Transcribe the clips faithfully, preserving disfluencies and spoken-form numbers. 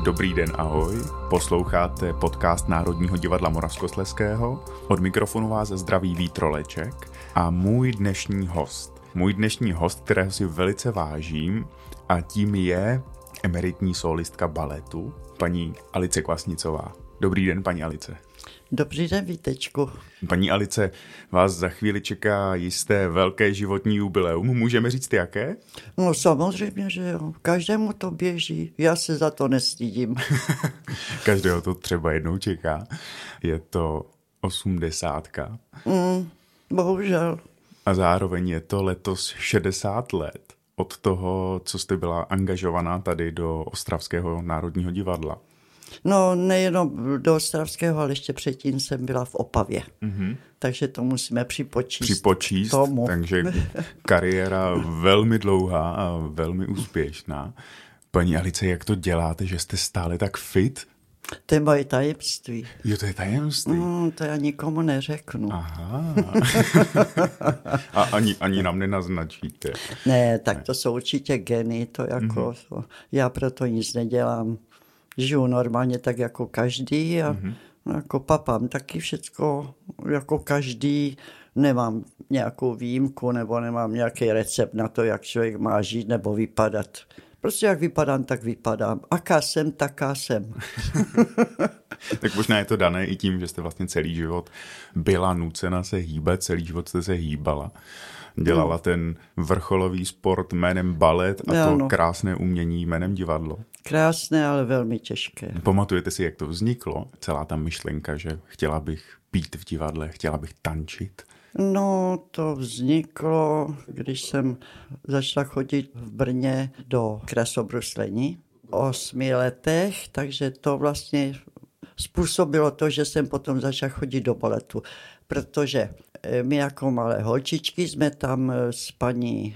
Dobrý den, ahoj. Posloucháte podcast Národního divadla Moravskoslezského. Od mikrofonu vás zdraví Vít Roleček a můj dnešní host. Můj dnešní host, kterého si velice vážím, a tím je emeritní sólistka baletu, paní Alice Kvasnicová. Dobrý den, paní Alice. Dobrý den, Vítečku. Paní Alice, vás za chvíli čeká jisté velké životní jubileum. Můžeme říct jaké? No samozřejmě, že jo. Každému to běží. Já se za to nestydím. Každého to třeba jednou čeká. Je to osmdesátka. Mm, bohužel. A zároveň je to letos šedesát let od toho, co jste byla angažovaná tady do Ostravského národního divadla. No nejenom do Ostravského, ale ještě předtím jsem byla v Opavě. Mm-hmm. Takže to musíme připočíst. Připočíst, tomu. Takže kariéra velmi dlouhá a velmi úspěšná. Paní Alice, jak to děláte, že jste stále tak fit? To je moje tajemství. Jo, to je tajemství. Mm, to já nikomu neřeknu. Aha. A ani, ani nám nenaznačíte. Ne, tak to jsou určitě geny, to jako, mm-hmm. já proto nic nedělám. Žiju normálně tak jako každý a mm-hmm. jako papám taky všecko jako každý. Nemám nějakou výjimku nebo nemám nějaký recept na to, jak člověk má žít nebo vypadat. Prostě jak vypadám, tak vypadám. Aká jsem, taká jsem. Tak možná je to dané i tím, že jste vlastně celý život byla nucena se hýbat, celý život jste se hýbala. Dělala no. ten vrcholový sport jménem balet a to no. krásné umění jménem divadlo. Krásné, ale velmi těžké. Pamatujete si, jak to vzniklo? Celá ta myšlenka, že chtěla bych být v divadle, chtěla bych tančit? No, to vzniklo, když jsem začala chodit v Brně do krasobruslení v osmi letech, takže to vlastně způsobilo to, že jsem potom začala chodit do baletu, protože my jako malé holčičky jsme tam s paní,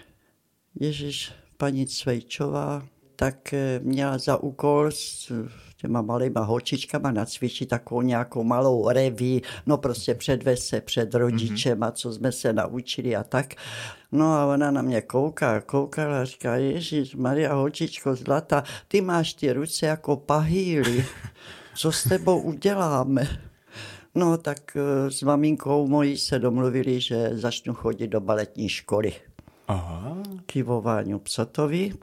ježiš, paní Cvejčová, tak měla za úkol s těma malýma holčičkama nacvičit takovou nějakou malou reví, no prostě předvést se před rodičema, co jsme se naučili a tak. No a ona na mě kouká, koukala a říká, ježiš, Maria, holčičko zlatá, ty máš ty ruce jako pahýly, co s tebou uděláme? No tak s maminkou mojí se domluvili, že začnu chodit do baletní školy. Aha. K Ivováňu Psotovi.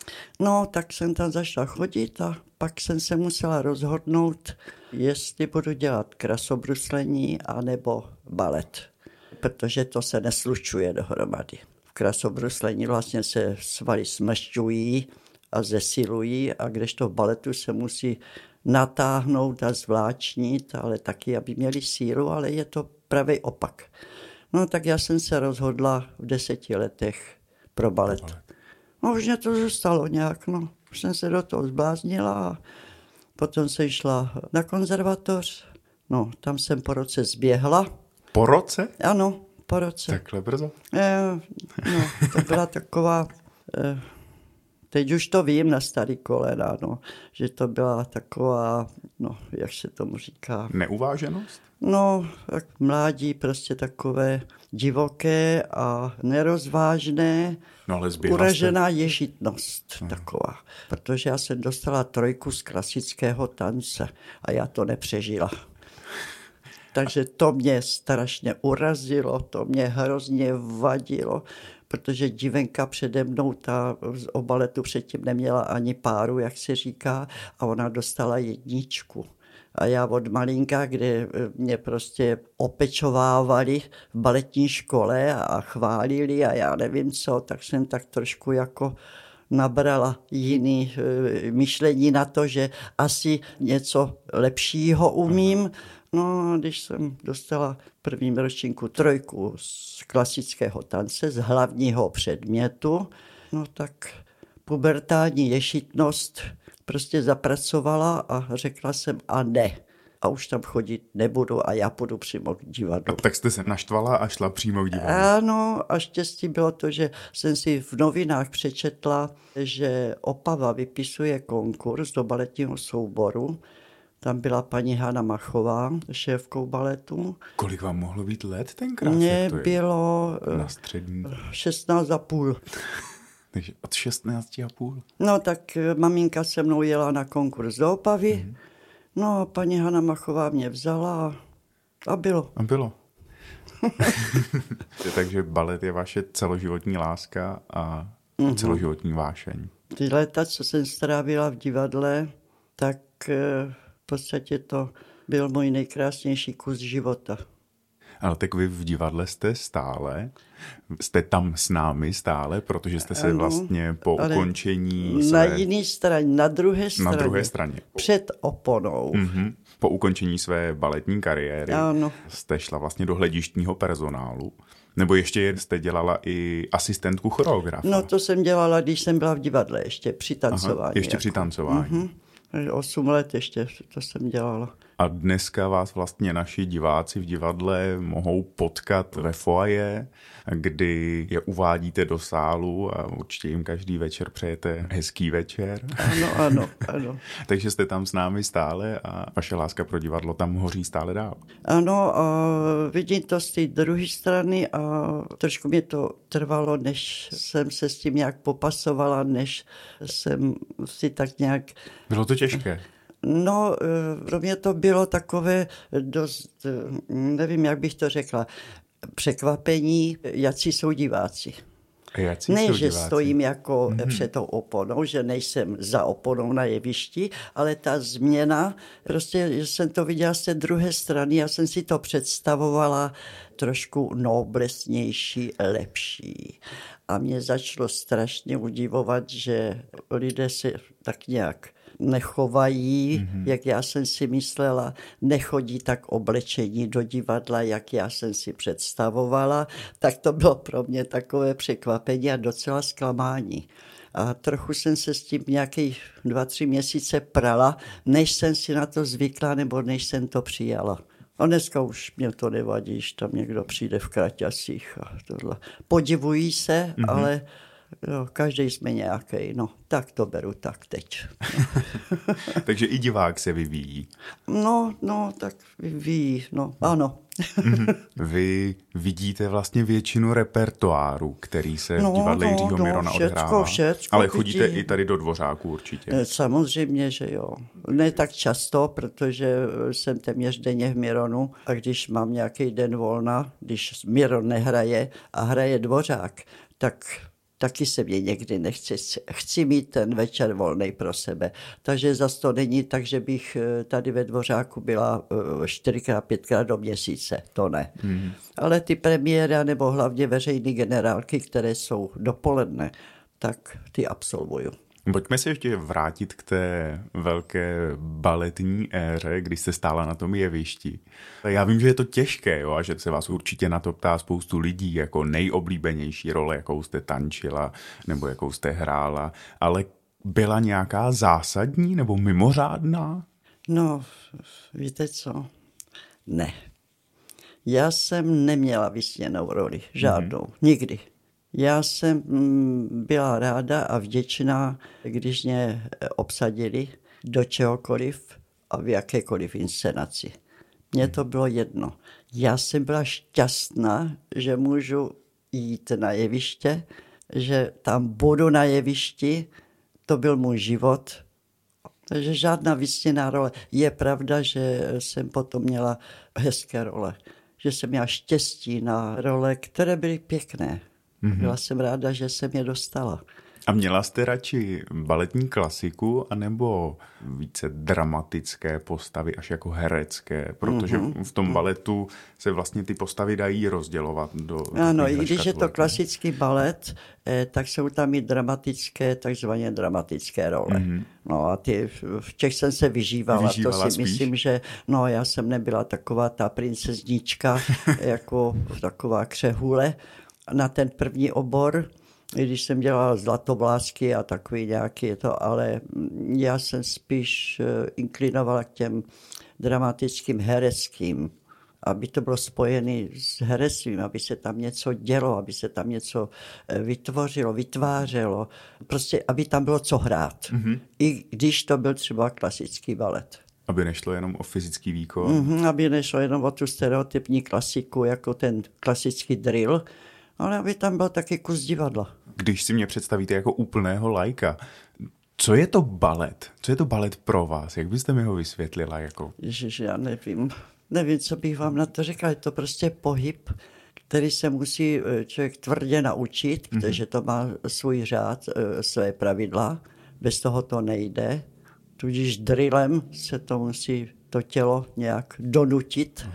No, tak jsem tam začala chodit a pak jsem se musela rozhodnout, jestli budu dělat krasobruslení anebo balet, protože to se neslučuje dohromady. V krasobruslení vlastně se svaly smršťují a zesilují, a kdežto v baletu se musí natáhnout a zvláčnit, ale taky, aby měli sílu, ale je to pravý opak. No, tak já jsem se rozhodla v deseti letech pro balet. Pro balet. No, už mě to zůstalo nějak, no. Už jsem se do toho zbláznila a potom jsem šla na konzervatoř. No, tam jsem po roce zběhla. Po roce? Ano, po roce. Takhle brzo? E, no, to byla taková, e, teď už to vím na starý kolena, no, že to byla taková, no, jak se tomu říká? Neuváženost? No, tak mládí prostě takové divoké a nerozvážné, no, ale uražená ješitnost hmm. taková. Protože já jsem dostala trojku z klasického tance a já to nepřežila. Takže to mě strašně urazilo, to mě hrozně vadilo, protože divenka přede mnou, ta z baletu předtím neměla ani páru, jak se říká, a ona dostala jedničku. A já od malinka, kde mě prostě opečovávali v baletní škole a chválili a já nevím co, tak jsem tak trošku jako nabrala jiný myšlení na to, že asi něco lepšího umím. No a když jsem dostala v prvním ročníku trojku z klasického tance, z hlavního předmětu, no tak pubertální ješitnost prostě zapracovala a řekla jsem a ne. A už tam chodit nebudu a já půjdu přímo k divadlu. A tak jste se naštvala a šla přímo k divadlu. Ano, a štěstí bylo to, že jsem si v novinách přečetla, že Opava vypisuje konkurs do baletního souboru. Tam byla paní Hana Machová, šéfkou baletu. Kolik vám mohlo být let tenkrát? Mně bylo na střední. šestnáct a půl. Takže od šestnácti a půl. No tak maminka se mnou jela na konkurs do Opavy, mm. no a paní Hana Machová mě vzala a, a bylo. A bylo. Takže balet je vaše celoživotní láska a mm-hmm. celoživotní vášeň. Ty léta, co jsem strávila v divadle, tak v podstatě to byl můj nejkrásnější kus života. Ale tak vy v divadle jste stále, jste tam s námi stále, protože jste se ano, vlastně po ukončení své... Na jiné straně, na druhé straně. Na druhé straně. Před oponou. Mm-hmm. Po ukončení své baletní kariéry ano. jste šla vlastně do hledištního personálu. Nebo ještě jste dělala i asistentku choreografa. No to jsem dělala, když jsem byla v divadle, ještě při tancování. Aha, ještě jako. při tancování. Mm-hmm. Osm let ještě to jsem dělala. A dneska vás vlastně naši diváci v divadle mohou potkat ve foaje, kdy je uvádíte do sálu a určitě jim každý večer přejete hezký večer. Ano, ano, ano. Takže jste tam s námi stále a vaše láska pro divadlo tam hoří stále dál. Ano, a vidím to z té druhé strany a trošku mě to trvalo, než jsem se s tím nějak popasovala, než jsem si tak nějak... Bylo to těžké? No, pro mě to bylo takové dost, nevím, jak bych to řekla, překvapení, jací jsou diváci. Jací ne, jsou že diváci? Stojím jako mm-hmm. před tou oponou, že nejsem za oponou na jevišti, ale ta změna, prostě jsem to viděla z té druhé strany, já jsem si to představovala trošku noblesnější, lepší. A mě začalo strašně udivovat, že lidé se tak nějak nechovají, mm-hmm. jak já jsem si myslela, nechodí tak oblečení do divadla, jak já jsem si představovala, tak to bylo pro mě takové překvapení a docela zklamání. A trochu jsem se s tím nějakých dva, tři měsíce prala, než jsem si na to zvykla, nebo než jsem to přijala. A dneska už mě to nevadí, že tam někdo přijde v kraťasích a tohle. Podivují se, mm-hmm. ale jo, každý jsme nějaký, no tak to beru tak teď. Takže i divák se vyvíjí. No, no, tak vyvíjí, no, ano. Vy vidíte vlastně většinu repertoáru, který se no, v divadle Jiřího no, Mirona no, odehrává. Všecko, ale chodíte vidí. I tady do Dvořáku určitě. Samozřejmě, že jo. Ne tak často, protože jsem téměř denně v Mironu a když mám nějaký den volna, když Miron nehraje a hraje Dvořák, tak... taky se mě někdy nechci, chci mít ten večer volnej pro sebe. Takže zas to není tak, že bych tady ve Dvořáku byla čtyřikrát, pětkrát do měsíce, to ne. Hmm. Ale ty premiéry, nebo hlavně veřejné generálky, které jsou dopoledne, tak ty absolvuju. Pojďme se ještě vrátit k té velké baletní éře, když jste stála na tom jevišti. Já vím, že je to těžké, jo, a že se vás určitě na to ptá spoustu lidí, jako nejoblíbenější role, jakou jste tančila nebo jakou jste hrála, ale byla nějaká zásadní nebo mimořádná? No, víte co? Ne. Já jsem neměla vysněnou roli, žádnou, mm-hmm. nikdy. Já jsem byla ráda a vděčná, když mě obsadili do čehokoliv a v jakékoliv inscenaci. Mně to bylo jedno. Já jsem byla šťastná, že můžu jít na jeviště, že tam budu na jevišti, to byl můj život. Takže žádná vysněná role. Je pravda, že jsem potom měla hezké role. Že jsem měla štěstí na role, které byly pěkné. Mm-hmm. Byla jsem ráda, že jsem je dostala. A měla jste radši baletní klasiku anebo více dramatické postavy až jako herecké? Protože mm-hmm. v tom baletu se vlastně ty postavy dají rozdělovat do... Ano, i když je to klasický balet, eh, tak jsou tam i dramatické, takzvaně dramatické role. Mm-hmm. No a ty, v těch jsem se vyžívala. vyžívala to si spíš? Myslím, že no, já jsem nebyla taková ta princeznička, jako taková křehule na ten první obor, když jsem dělala zlatovlásky a takový nějaký to, ale já jsem spíš inklinovala k těm dramatickým hereckým, aby to bylo spojené s herectvím, aby se tam něco dělo, aby se tam něco vytvořilo, vytvářelo, prostě aby tam bylo co hrát. Mm-hmm. I když to byl třeba klasický balet. Aby nešlo jenom o fyzický výkon. Mm-hmm, aby nešlo jenom o tu stereotypní klasiku, jako ten klasický drill, ale aby tam byl taky kus divadla. Když si mě představíte jako úplného laika, co je to balet? Co je to balet pro vás? Jak byste mi ho vysvětlila? Jako? Ježiš, já nevím. Nevím, co bych vám na to řekla. Je to prostě pohyb, který se musí člověk tvrdě naučit, mm-hmm. protože to má svůj řád, své pravidla. Bez toho to nejde. Tudíž drillem se to musí to tělo nějak donutit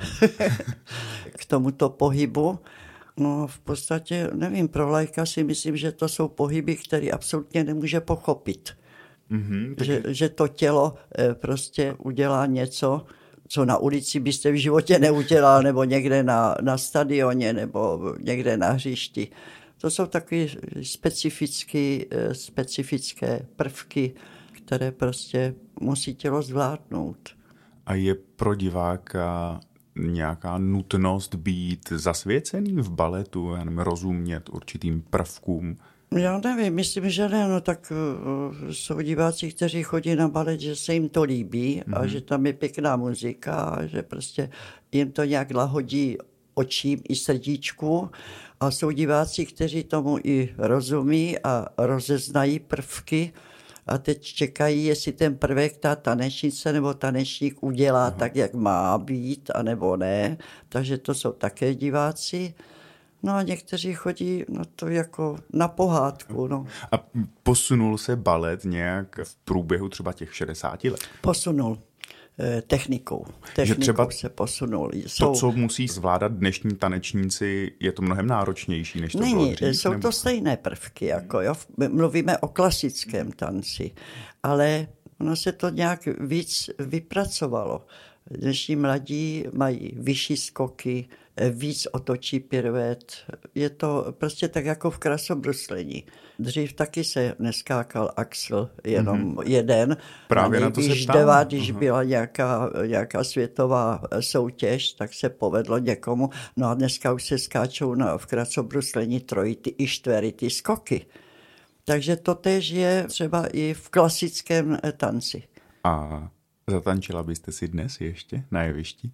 k tomuto pohybu. No v podstatě, nevím, pro laika si myslím, že to jsou pohyby, které absolutně nemůže pochopit. Mm-hmm, taky... že, že to tělo prostě udělá něco, co na ulici byste v životě neudělal, nebo někde na, na stadioně, nebo někde na hřišti. To jsou takové specifické, specifické prvky, které prostě musí tělo zvládnout. A je pro diváka nějaká nutnost být zasvěcený v baletu, já nevím, rozumět určitým prvkům? Já nevím, myslím, že ne, no tak uh, jsou diváci, kteří chodí na balet, že se jim to líbí mm-hmm. a že tam je pěkná muzika a že prostě jim to nějak lahodí očím i srdíčku a jsou diváci, kteří tomu i rozumí a rozeznají prvky a teď čekají, jestli ten prvek ta tanečnice nebo tanečník udělá Aha. tak, jak má být, anebo ne, takže to jsou také diváci. No a někteří chodí na to jako na pohádku. No. A posunul se balet nějak v průběhu třeba těch šedesáti let? Posunul. Eh, technikou. Technikou že třeba se posunul. Jsou... To, co musí zvládat dnešní tanečníci, je to mnohem náročnější, než to Není, bylo dřív? Jsou nebo... to stejné prvky. Jako, jo. Mluvíme o klasickém tanci, ale ono se to nějak víc vypracovalo. Dnešní mladí mají vyšší skoky, víc otočí piruet. Je to prostě tak jako v krasobruslení. Dřív taky se neskákal axel, jenom mm-hmm. jeden. Právě a na to se ptám. Devá, když uh-huh. byla nějaká, nějaká světová soutěž, tak se povedlo někomu. No a dneska už se skáčou na, v krasobruslení trojity i čtverity skoky. Takže to též je třeba i v klasickém tanci. A zatančila byste si dnes ještě na jevišti?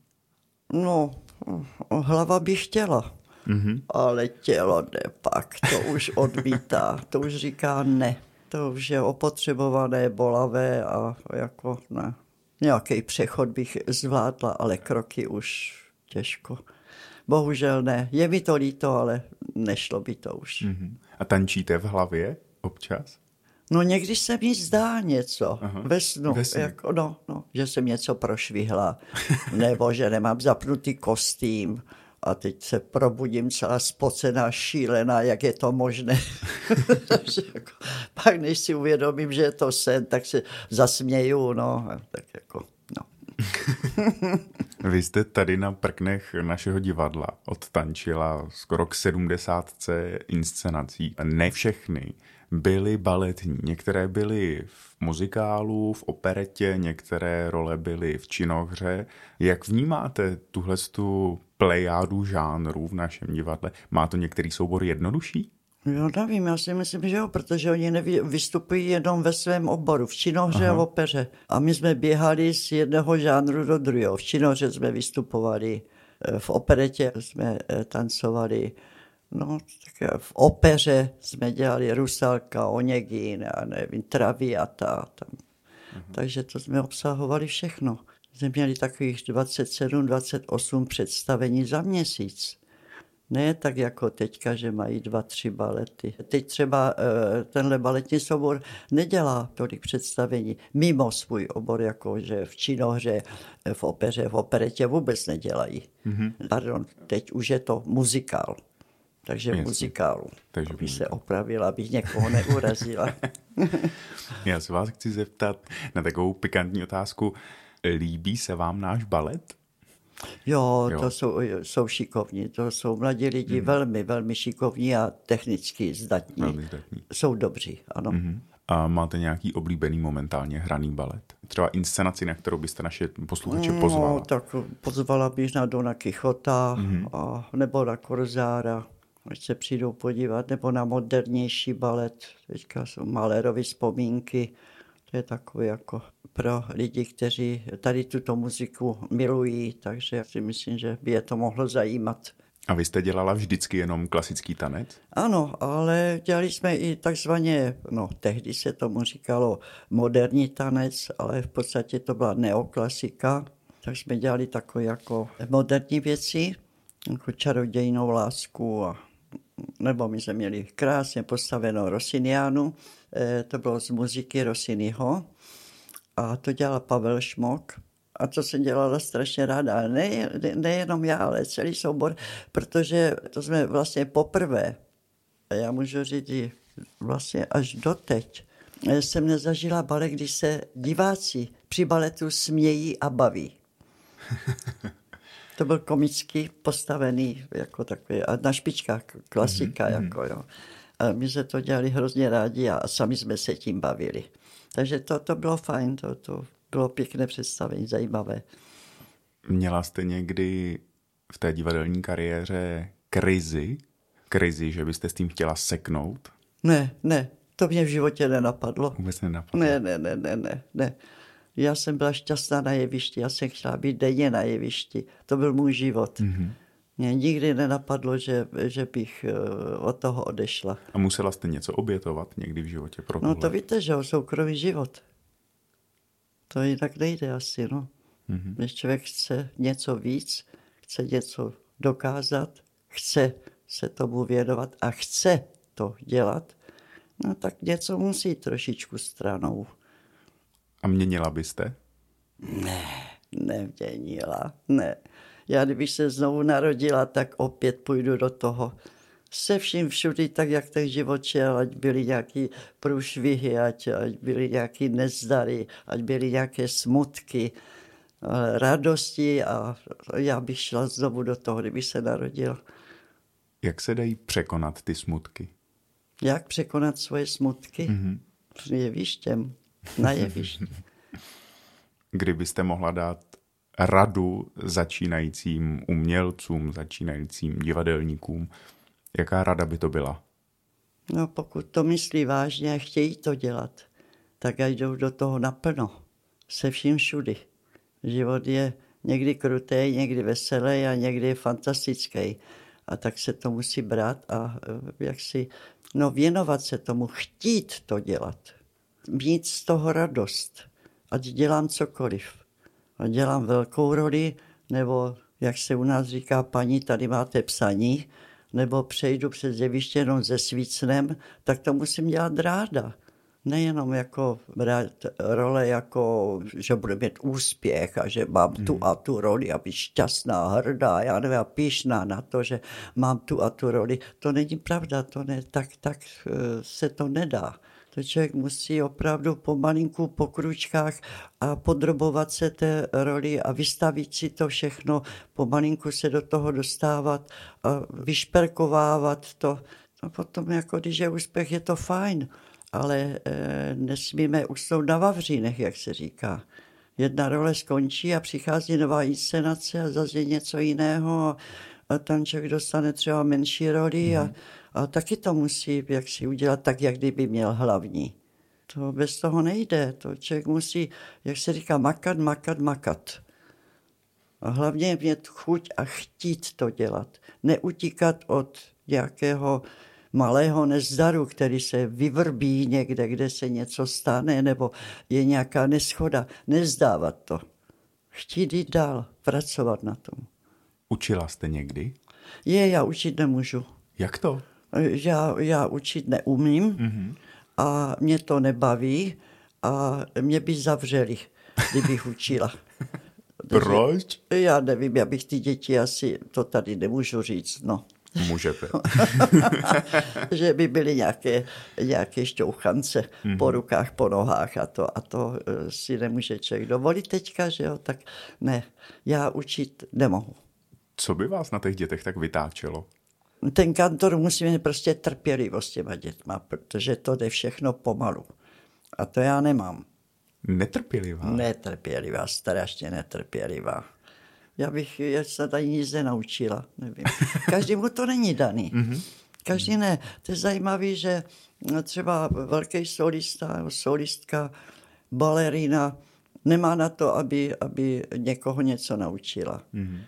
No, hlava by chtěla, mm-hmm. ale tělo ne pak, to už odmítá, to už říká ne. To už je opotřebované, bolavé a jako ne. Nějaký přechod bych zvládla, ale kroky už těžko. Bohužel ne. Je mi to líto, ale nešlo by to už. Mm-hmm. A tančíte v hlavě občas? No někdy se mi zdá něco Aha, ve snu, ve snu. Jako, no, no, že jsem něco prošvihla, nebo že nemám zapnutý kostým a teď se probudím celá spocená, šílená, jak je to možné. jako, pak než si uvědomím, že je to sen, tak se zasměju, no, tak jako, no. Vy jste tady na prknech našeho divadla odtančila skoro k sedmdesátce inscenací. Ne všechny byly baletní. Některé byly v muzikálu, v operetě, některé role byly v činohře. Jak vnímáte tuhletu plejádu žánrů v našem divadle? Má to některý soubor jednodušší? Jo, nevím, já si myslím, že jo, protože oni nevy, vystupují jenom ve svém oboru, v činohře Aha. a v opeře. A my jsme běhali z jednoho žánru do druhého. V činohře jsme vystupovali, v operetě jsme tancovali, no, tak v opeře jsme dělali Rusalka, Onegin, já nevím, Traviata. Tam. Takže to jsme obsahovali všechno. Jsme měli takových dvacet sedm, dvacet osm představení za měsíc. Ne tak jako teďka, že mají dva, tři balety. Teď třeba tenhle baletní soubor nedělá tolik představení mimo svůj obor, jako že v činohře, v opeře, v operetě vůbec nedělají. Mm-hmm. Pardon, teď už je to muzikál. Takže v muzikálu. Takže abych se opravila, abych někoho neurazila. Já se vás chci zeptat na takovou pikantní otázku. Líbí se vám náš balet? Jo, jo. to jsou, jsou šikovní, to jsou mladí lidi, mm. velmi, velmi šikovní a technicky zdatní. Velmi zdatní. Jsou dobří, ano. Mm-hmm. A máte nějaký oblíbený momentálně hraný balet? Třeba inscenaci, na kterou byste naše posluchače pozvala? No, tak pozvala bych na Dona Quixota, mm-hmm. a, nebo na Korzára, ať se přijdou podívat, nebo na modernější balet. Teďka jsou Mahlerovy vzpomínky. To je takové jako pro lidi, kteří tady tuto muziku milují, takže já si myslím, že by je to mohlo zajímat. A vy jste dělala vždycky jenom klasický tanec? Ano, ale dělali jsme i takzvaně, no tehdy se tomu říkalo moderní tanec, ale v podstatě to byla neoklasika. Tak jsme dělali takové jako moderní věci, jako čarodějnou lásku, a, nebo my jsme měli krásně postavenou Rossiniánu, e, to bylo z muziky Rossiniho, a to dělal Pavel Šmok. A to jsem dělala strašně ráda. Ne, ne, nejenom já, ale celý soubor, protože to jsme vlastně poprvé, a já můžu říct vlastně až doteď, jsem nezažila balet, když se diváci při baletu smějí a baví. To byl komicky postavený jako takový, a na špičkách klasika. Mm-hmm. Jako, jo. A my jsme to dělali hrozně rádi a sami jsme se tím bavili. Takže to, to bylo fajn, to, to bylo pěkné představení, zajímavé. Měla jste někdy v té divadelní kariéře krizi? Krizi, že byste s tím chtěla seknout? Ne, ne, to mě v životě nenapadlo. Vůbec nenapadlo? Ne, ne, ne, ne, ne, ne. Já jsem byla šťastná na jevišti, já jsem chtěla být denně na jevišti. To byl můj život. Mm-hmm. Mě nikdy nenapadlo, že, že bych od toho odešla. A musela jste něco obětovat někdy v životě pro tohle? No to víte, že o soukromý život. To jinak nejde asi, no. Mm-hmm. Když člověk chce něco víc, chce něco dokázat, chce se tomu věnovat a chce to dělat, no tak něco musí trošičku stranou. A měnila byste? Ne, neměnila, ne. Já kdybych se znovu narodila, tak opět půjdu do toho. Se vším všudy, tak jak ten život šel, ať byly nějaké průšvihy, ať, ať byly nějaké nezdary, ať byly nějaké smutky, radosti, a já bych šla znovu do toho, kdybych se narodila. Jak se dají překonat ty smutky? Jak překonat svoje smutky? Mm-hmm. Jevištěm, na jevišti. Kdybyste mohla dát radu začínajícím umělcům, začínajícím divadelníkům, jaká rada by to byla? No pokud to myslí vážně a chtějí to dělat, tak ať jdou do toho naplno, se vším všudy. Život je někdy krutý, někdy veselý a někdy je fantastický. A tak se to musí brát a jak si, no věnovat se tomu, chtít to dělat. Mít z toho radost, ať dělám cokoliv. A dělám velkou roli, nebo jak se u nás říká, paní, tady máte psaní, nebo přejdu přes jeviště jenom se svícnem, tak to musím dělat ráda. Nejenom jako brát role, jako, že budu mít úspěch a že mám tu a tu roli a být šťastná, hrdá, já nevím, pyšná na to, že mám tu a tu roli. To není pravda, to ne, tak, tak se to nedá. To člověk musí opravdu pomalinku, po kručkách a podrobovat se té roli a vystavit si to všechno, pomalinku se do toho dostávat a vyšperkovávat to. A potom, jako když je úspěch, je to fajn, ale e, nesmíme usnout na vavřínech, jak se říká. Jedna role skončí a přichází nová inscenace a zase něco jiného a tam člověk dostane třeba menší roli mm. a A taky to musí jak si udělat tak, jak kdyby měl hlavní. To bez toho nejde. To člověk musí, jak se říká, makat, makat, makat. A hlavně mít chuť a chtít to dělat. Neutíkat od nějakého malého nezdaru, který se vyvrbí někde, kde se něco stane, nebo je nějaká neschoda. Nezdávat to. Chtít jít dál, pracovat na tom. Učila jste někdy? Je, já učit nemůžu. Jak to? Já, já učit neumím mm-hmm. a mě to nebaví a mě by zavřeli, kdybych učila. Proč? Já nevím, já bych ty děti asi, to tady nemůžu říct, no. Můžete. Že by byly nějaké, nějaké šťouchance mm-hmm. po rukách, po nohách a to, a to si nemůže člověk dovolit teďka, že jo, tak ne, já učit nemohu. Co by vás na těch dětech tak vytáčelo? Ten kantor musí mít prostě trpělivost s těma dětma, protože to jde všechno pomalu. A to já nemám. Netrpělivá? Netrpělivá, strašně netrpělivá. Já bych já se tady nic nenaučila, nevím. Každému to není daný. Každý ne. To je zajímavé, že třeba velký solista, solistka, balerina nemá na to, aby, aby někoho něco naučila.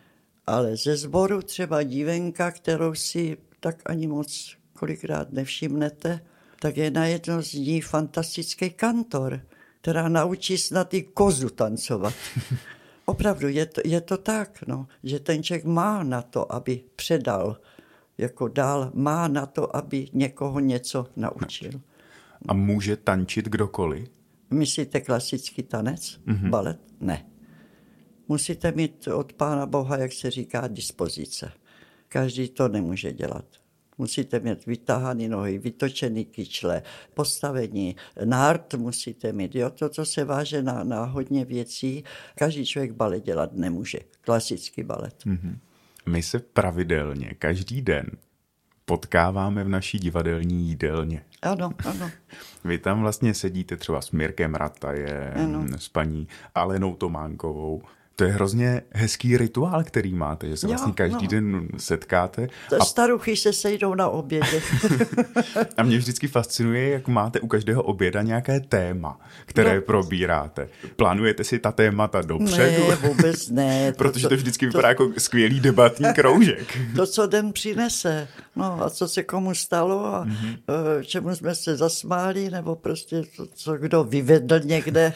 Ale ze sboru třeba dívenka, kterou si tak ani moc kolikrát nevšimnete, tak je najednou z ní fantastický kantor, která naučí snad i kozu tancovat. Opravdu, je to, je to tak, no, že ten člověk má na to, aby předal, jako dál, má na to, aby někoho něco naučil. A může tančit kdokoliv? Myslíte klasický tanec? Mm-hmm. Balet? Ne. Musíte mít od Pána Boha, jak se říká, dispozice. Každý to nemůže dělat. Musíte mít vytáhané nohy, vytočený kyčle, postavení, nárt musíte mít. Jo? To, co se váže na, na hodně věcí, každý člověk balet dělat nemůže. Klasický balet. Mm-hmm. My se pravidelně každý den potkáváme v naší divadelní jídelně. Ano, ano. Vy tam vlastně sedíte třeba s Mirkem Ratajem, s paní Alenou Tománkovou. To je hrozně hezký rituál, který máte, že se vlastně každý jo, no. den setkáte. A... Staruchy se sejdou na obědě. A mě vždycky fascinuje, jak máte u každého oběda nějaké téma, které no. probíráte. Plánujete si ta témata dopředu? Ne, vůbec ne. Protože to, to vždycky to, vypadá jako skvělý debatní kroužek. To, co den přinese. No a co se komu stalo a mm-hmm. čemu jsme se zasmáli, nebo prostě to, co kdo vyvedl někde.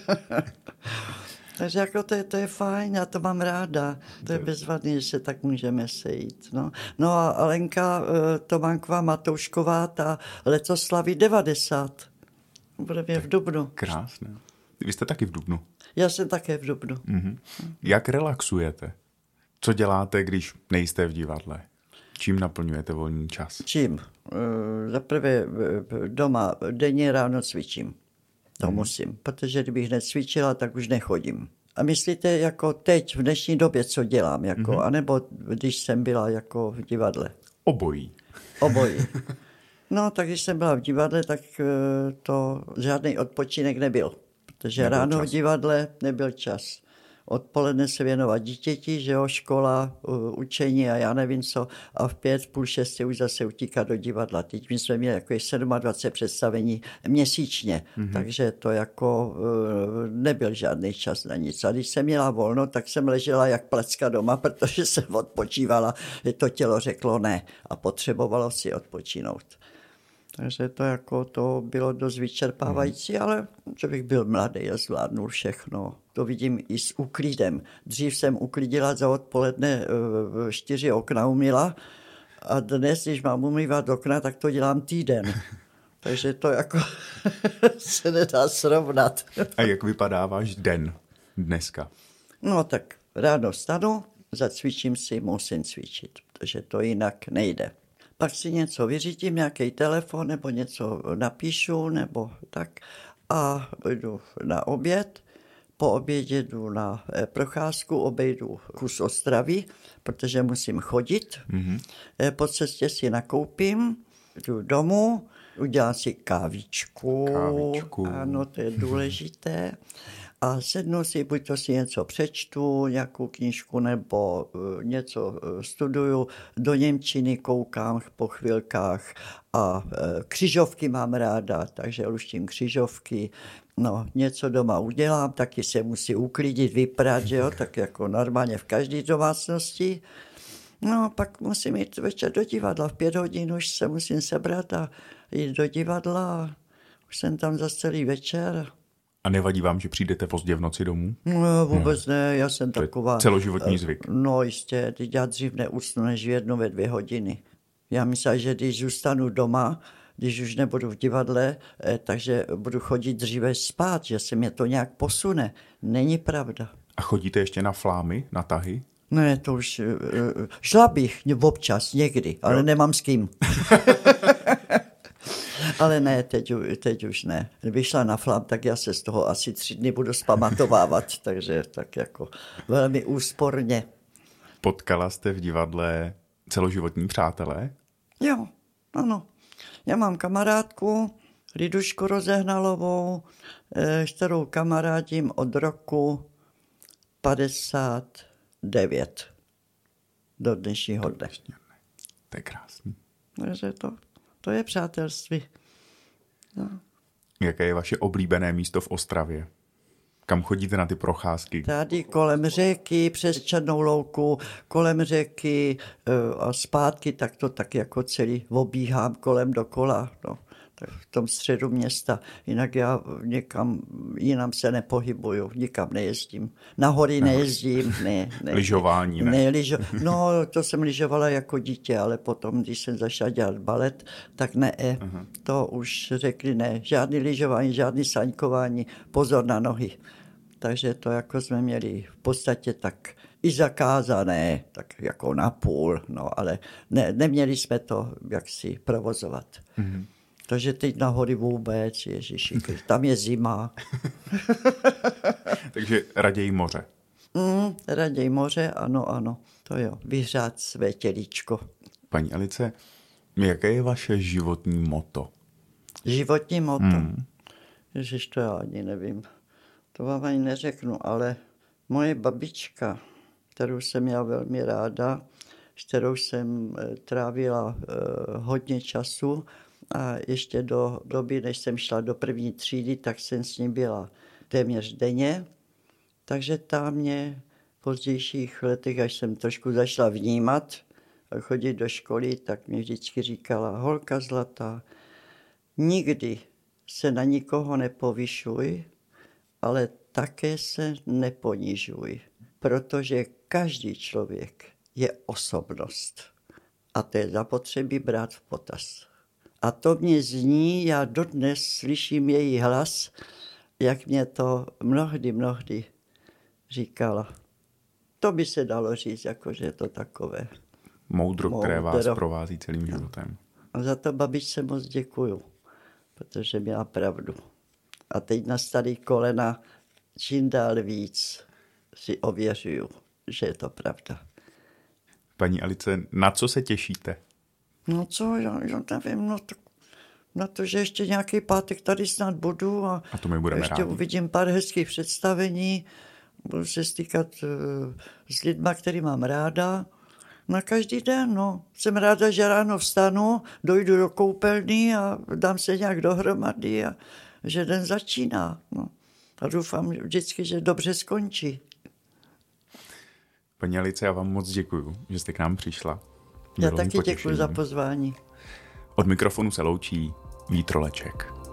Takže jako to je, to je fajn, já to mám ráda. To je bezvadný, že se tak můžeme sejít. No, no a Alenka Tománková Matoušková, ta letos slaví devadesát. Budeme v dubnu. Krásné. Vy jste taky v dubnu. Já jsem také v dubnu. Mm-hmm. Jak relaxujete? Co děláte, když nejste v divadle? Čím naplňujete volný čas? Čím? Zaprvé doma denně ráno cvičím. To hmm. musím, protože kdybych necvičila, tak už nechodím. A myslíte, jako teď, v dnešní době, co dělám, jako, hmm. anebo když jsem byla jako v divadle? Obojí. Obojí. No, tak když jsem byla v divadle, tak to žádný odpočinek nebyl, protože nebyl ráno čas. V divadle nebyl čas. Odpoledne se věnovat dítěti, že jo, škola, učení a já nevím co, a v pět, půl šestě už zase utíkat do divadla. Teď my jsme měli jako dvacet sedm představení měsíčně, mm-hmm. takže to jako nebyl žádný čas na nic. A když jsem měla volno, tak jsem ležela jak placka doma, protože jsem odpočívala, že to tělo řeklo ne a potřebovalo si odpočinout. Takže to jako to bylo dost vyčerpávající, mm. ale že bych byl mladý a zvládnul všechno. To vidím i s úklidem. Dřív jsem uklidila za odpoledne čtyři okna umyla a dnes, když mám umývat okna, tak to dělám týden. Takže to jako se nedá srovnat. A jak vypadá váš den dneska? No tak ráno vstanu, zacvičím si, musím cvičit, protože to jinak nejde. Pak si něco vyřídím, nějaký telefon, nebo něco napíšu, nebo tak. A jdu na oběd. Po obědě jdu na procházku, obejdu kus Ostravy, protože musím chodit. Mm-hmm. Po cestě si nakoupím, jdu domů, udělám si kávičku. Kávičku. Ano, to je důležité. A sednu si, buď to si něco přečtu, nějakou knížku, nebo něco studuju, do němčiny koukám po chvilkách a křižovky mám ráda, takže luštím křižovky. No, něco doma udělám, taky se musí uklidit, vyprat, že jo, tak jako normálně v každé domácnosti. No, pak musím jít večer do divadla, v pět hodin už se musím sebrat a jít do divadla. Už jsem tam za celý večer. A nevadí vám, že přijdete pozdě v noci domů? No, vůbec ne, já jsem to taková... celoživotní zvyk. No jistě, teď já dřív neusnu než v jednu ve dvě hodiny. Já myslím, že když zůstanu doma, když už nebudu v divadle, takže budu chodit dříve spát, že se mě to nějak posune. Není pravda. A chodíte ještě na flámy, na tahy? Ne, to už... Šla bych občas, někdy, ale jo. Nemám s kým. Ale ne, teď, teď už ne. Kdybych šla na flám, tak já se z toho asi tři dny budu zpamatovávat, takže tak jako velmi úsporně. Potkala jste v divadle celoživotní přátelé? Jo, ano. Já mám kamarádku, Lidušku Rozehnalovou, s kterou kamarádím od roku padesát devět do dnešního dne. To je krásný. Takže to, to je přátelství. No. Jaké je vaše oblíbené místo v Ostravě? Kam chodíte na ty procházky? Tady kolem řeky, přes Černou louku, kolem řeky a zpátky, tak to tak jako celý obíhám kolem dokola. No. Tak v tom středu města. Jinak já někam jinam se nepohybuju, nikam nejezdím. Na hory nejezdím. Ne, ne, lyžování, ne? ne lyžo, no, to jsem lyžovala jako dítě, ale potom, když jsem začala dělat balet, tak ne. Uh-huh. To už řekli ne. Žádný lyžování, žádný saňkování, pozor na nohy. Takže to jako jsme měli v podstatě tak i zakázané, tak jako napůl, no, ale ne, neměli jsme to jaksi provozovat. Mm-hmm. Takže teď nahory vůbec, ježiši, tam je zima. Takže raději moře. Mm, raději moře, ano, ano, to jo, vyhřát své tělíčko. Paní Alice, jaké je vaše životní motto? Životní motto? Mm. Ježiš, to já ani nevím. To vám ani neřeknu, ale moje babička, kterou jsem měla velmi ráda, s kterou jsem trávila eh, hodně času a ještě do doby, než jsem šla do první třídy, tak jsem s ní byla téměř denně. Takže ta mě v pozdějších letech, až jsem trošku začala vnímat a chodit do školy, tak mi vždycky říkala: holka zlatá, nikdy se na nikoho nepovyšuj, ale také se neponižuj, protože každý člověk je osobnost a to je zapotřebí brát v potaz. A to mě zní, já dodnes slyším její hlas, jak mě to mnohdy, mnohdy říkala. To by se dalo říct, jakože je to takové. Moudro, Moudro, které vás provází celým životem. A za to babičce moc děkuju, protože měla pravdu. A teď na starý kolena čím dál víc si ověřuju, že je to pravda. Paní Alice, na co se těšíte? No co, já, já nevím, no to, na to, že ještě nějaký pátek tady snad budu a, a to my budeme ještě rádi. Uvidím pár hezkých představení, budu se stýkat uh, s lidma, který mám ráda. Na každý den, no. Jsem ráda, že ráno vstanu, dojdu do koupelny a dám se nějak dohromady a že den začíná. No. A doufám vždycky, že dobře skončí. Paní Alice, já vám moc děkuju, že jste k nám přišla. Já taky děkuji za pozvání. Od mikrofonu se loučí Vít Roleček.